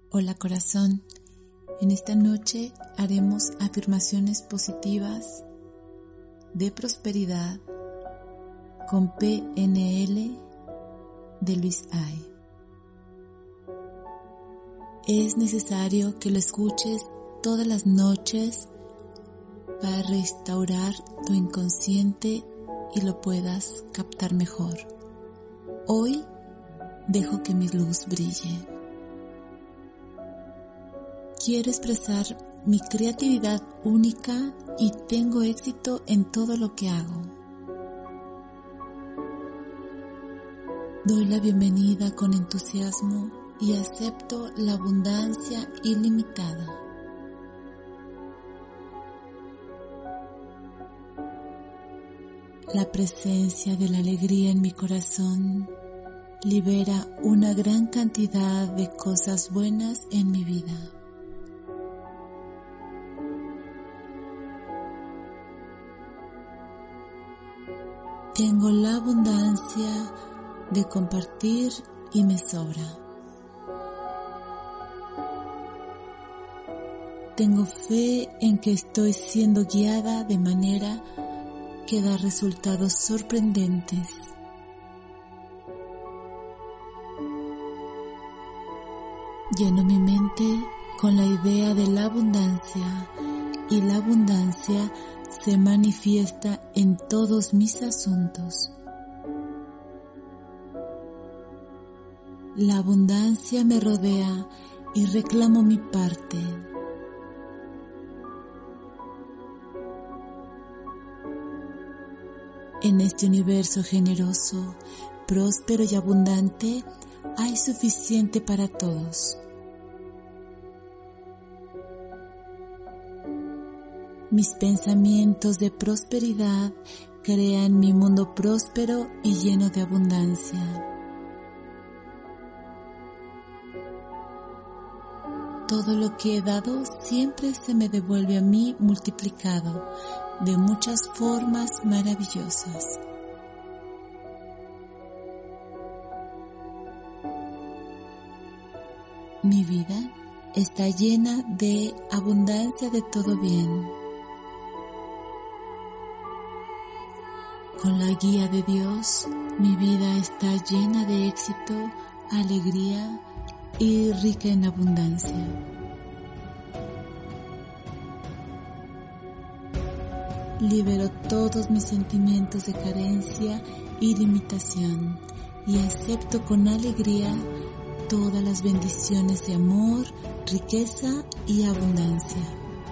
Hola corazón, en esta noche haremos afirmaciones positivas de prosperidad con PNL de Luis Hay. Es necesario que lo escuches todas las noches para restaurar tu inconsciente y lo puedas captar mejor. Hoy dejo que mi luz brille. Quiero expresar mi creatividad única y tengo éxito en todo lo que hago. Doy la bienvenida con entusiasmo y acepto la abundancia ilimitada. La presencia de la alegría en mi corazón libera una gran cantidad de cosas buenas en mi vida. Tengo la abundancia de compartir y me sobra. Tengo fe en que estoy siendo guiada de manera que da resultados sorprendentes. Lleno mi mente con la idea de la abundancia y la abundancia se manifiesta en todos mis asuntos. La abundancia me rodea y reclamo mi parte. En este universo generoso, próspero y abundante, hay suficiente para todos. Mis pensamientos de prosperidad crean mi mundo próspero y lleno de abundancia. Todo lo que he dado siempre se me devuelve a mí multiplicado de muchas formas maravillosas. Mi vida está llena de abundancia de todo bien. Con la guía de Dios, mi vida está llena de éxito, alegría y rica en abundancia. Libero todos mis sentimientos de carencia y limitación y acepto con alegría todas las bendiciones de amor, riqueza y abundancia.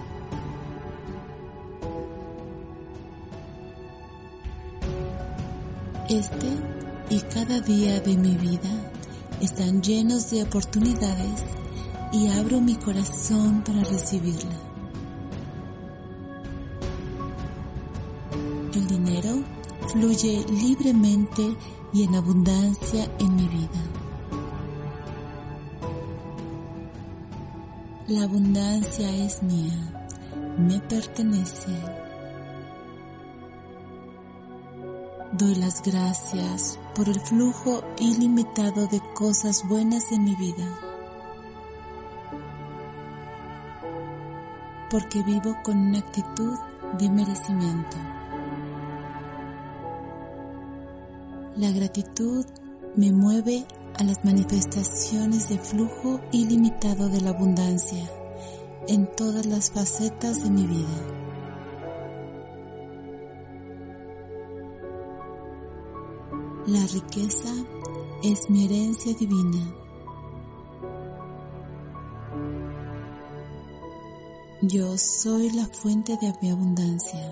Este y cada día de mi vida están llenos de oportunidades y abro mi corazón para recibirla. El dinero fluye libremente y en abundancia en mi vida. La abundancia es mía, me pertenece. Doy las gracias por el flujo ilimitado de cosas buenas en mi vida, porque vivo con una actitud de merecimiento. La gratitud me mueve a las manifestaciones de flujo ilimitado de la abundancia en todas las facetas de mi vida. La riqueza es mi herencia divina. Yo soy la fuente de mi abundancia.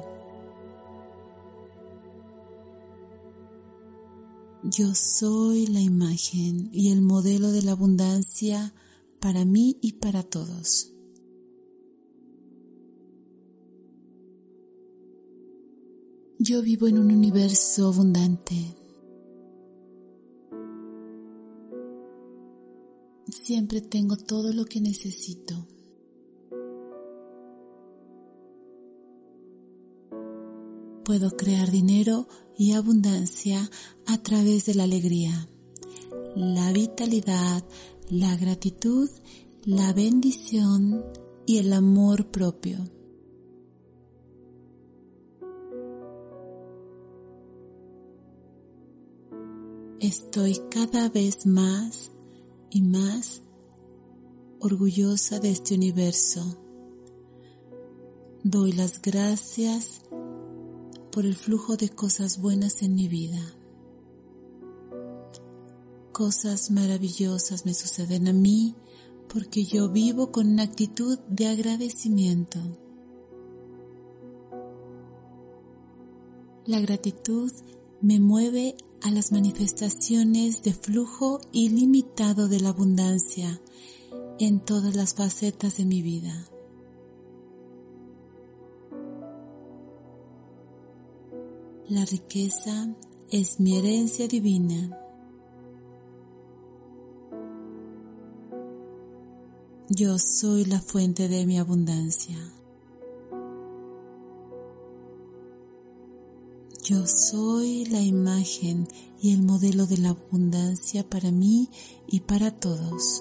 Yo soy la imagen y el modelo de la abundancia para mí y para todos. Yo vivo en un universo abundante. Siempre tengo todo lo que necesito. Puedo crear dinero y abundancia a través de la alegría, la vitalidad, la gratitud la bendición y el amor propio. Estoy cada vez más y más orgullosa de este universo. Doy las gracias por el flujo de cosas buenas en mi vida. Cosas maravillosas me suceden a mí porque yo vivo con una actitud de agradecimiento. La gratitud me mueve a las manifestaciones de flujo ilimitado de la abundancia en todas las facetas de mi vida. La riqueza es mi herencia divina. Yo soy la fuente de mi abundancia. Yo soy la imagen y el modelo de la abundancia para mí y para todos.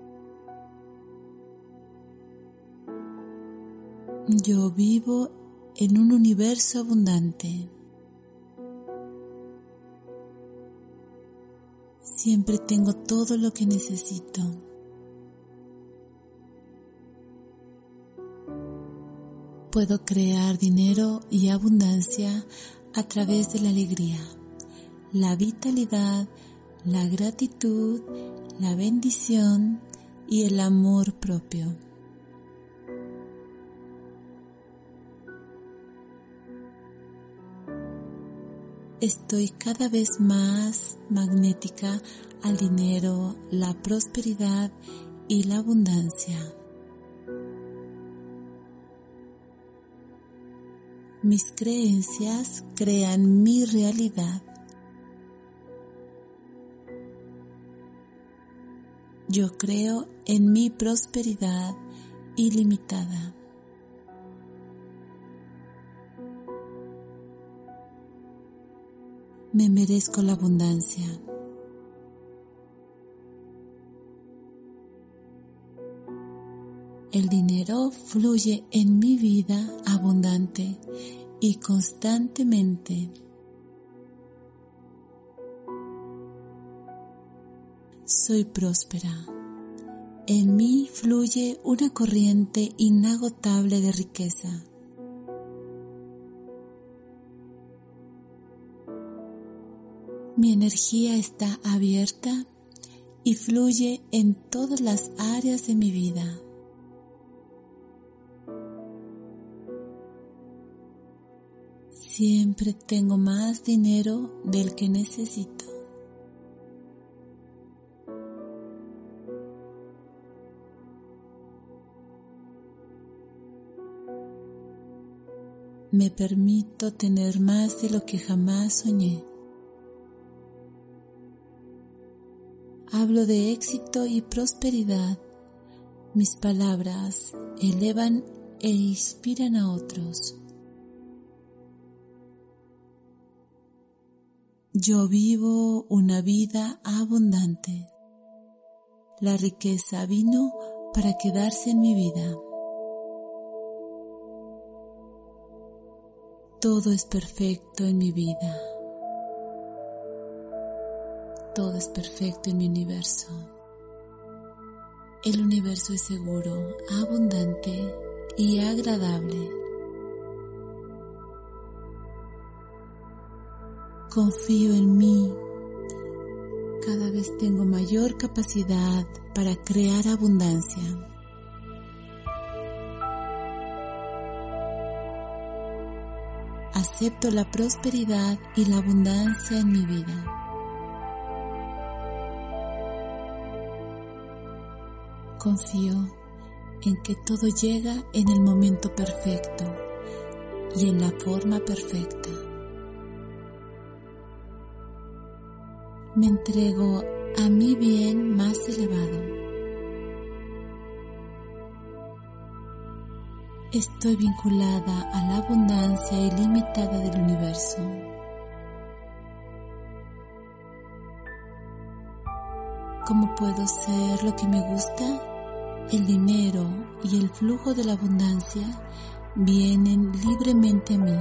Yo vivo en un universo abundante. Siempre tengo todo lo que necesito. Puedo crear dinero y abundancia a través de la alegría, la vitalidad, la gratitud, la bendición y el amor propio. Estoy cada vez más magnética al dinero, la prosperidad y la abundancia. Mis creencias crean mi realidad. Yo creo en mi prosperidad ilimitada. Me merezco la abundancia. El dinero fluye en mi vida abundante y constantemente. Soy próspera. En mí fluye una corriente inagotable de riqueza. Mi energía está abierta y fluye en todas las áreas de mi vida. Siempre tengo más dinero del que necesito. Me permito tener más de lo que jamás soñé. Hablo de éxito y prosperidad. Mis palabras elevan e inspiran a otros. Yo vivo una vida abundante. La riqueza vino para quedarse en mi vida. Todo es perfecto en mi vida. Todo es perfecto en mi universo. El universo es seguro, abundante y agradable. Confío en mí. Cada vez tengo mayor capacidad para crear abundancia. Acepto la prosperidad y la abundancia en mi vida. Confío en que todo llega en el momento perfecto y en la forma perfecta. Me entrego a mi bien más elevado. Estoy vinculada a la abundancia ilimitada del universo. ¿Cómo puedo ser lo que me gusta? El dinero y el flujo de la abundancia vienen libremente a mí.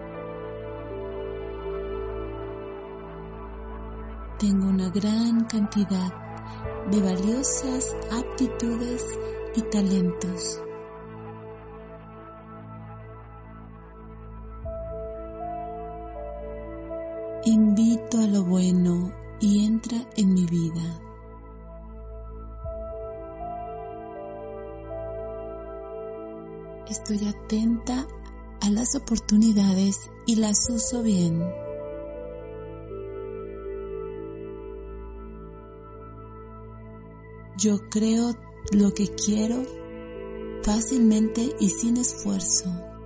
Tengo una gran cantidad de valiosas aptitudes y talentos. Invito a lo bueno y entra en mi vida. Estoy atenta a las oportunidades y las uso bien. Yo creo lo que quiero fácilmente y sin esfuerzo.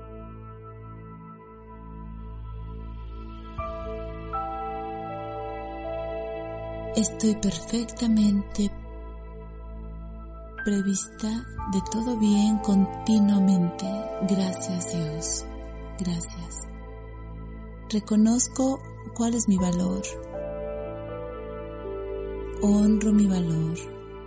Estoy perfectamente prevista de todo bien continuamente. Gracias, Dios. Gracias. Reconozco cuál es mi valor. Honro mi valor.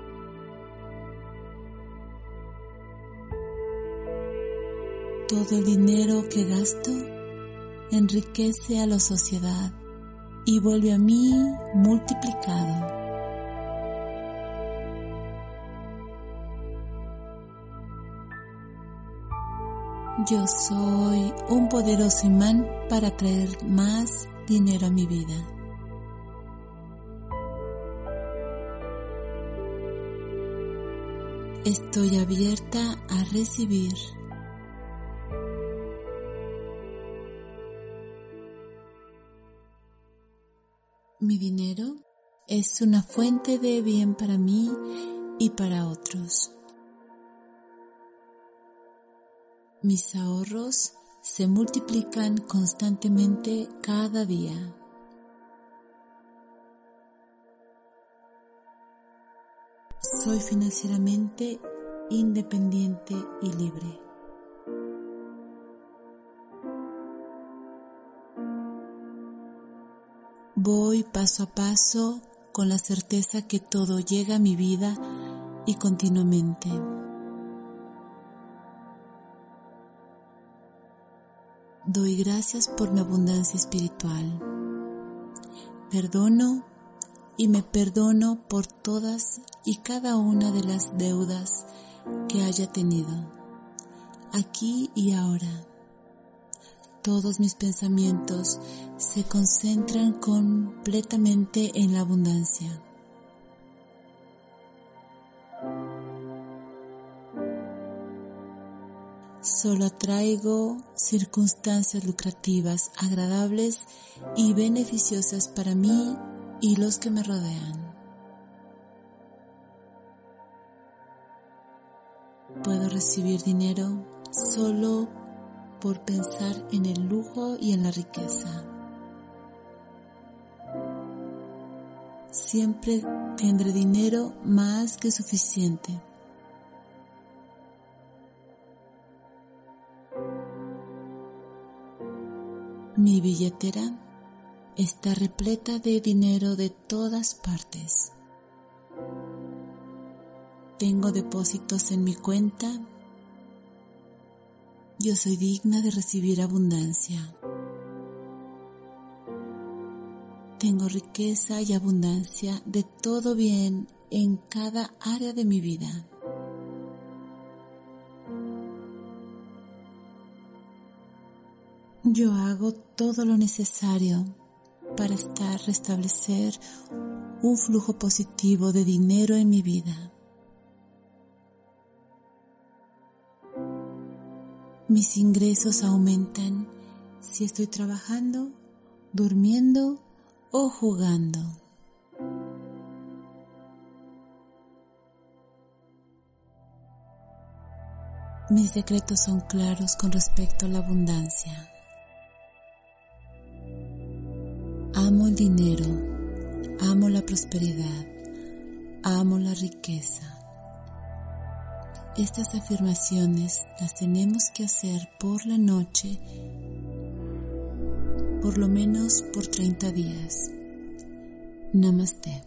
Todo el dinero que gasto enriquece a la sociedad y vuelve a mí multiplicado. Yo soy un poderoso imán para traer más dinero a mi vida. Estoy abierta a recibir. Mi dinero es una fuente de bien para mí y para otros. Mis ahorros se multiplican constantemente cada día. Soy financieramente independiente y libre. Voy paso a paso con la certeza que todo llega a mi vida y continuamente. Doy gracias por mi abundancia espiritual. Perdono y me perdono por todas y cada una de las deudas que haya tenido, aquí y ahora. Todos mis pensamientos se concentran completamente en la abundancia. Solo atraigo circunstancias lucrativas, agradables y beneficiosas para mí y los que me rodean. Puedo recibir dinero solo por pensar en el lujo y en la riqueza. Siempre tendré dinero más que suficiente. Mi billetera está repleta de dinero de todas partes. Tengo depósitos en mi cuenta. Yo soy digna de recibir abundancia. Tengo riqueza y abundancia de todo bien en cada área de mi vida. Yo hago todo lo necesario para restablecer un flujo positivo de dinero en mi vida. Mis ingresos aumentan si estoy trabajando, durmiendo o jugando. Mis decretos son claros con respecto a la abundancia. Amo el dinero, amo la prosperidad, amo la riqueza. Estas afirmaciones las tenemos que hacer por la noche, por lo menos por 30 días. Namaste.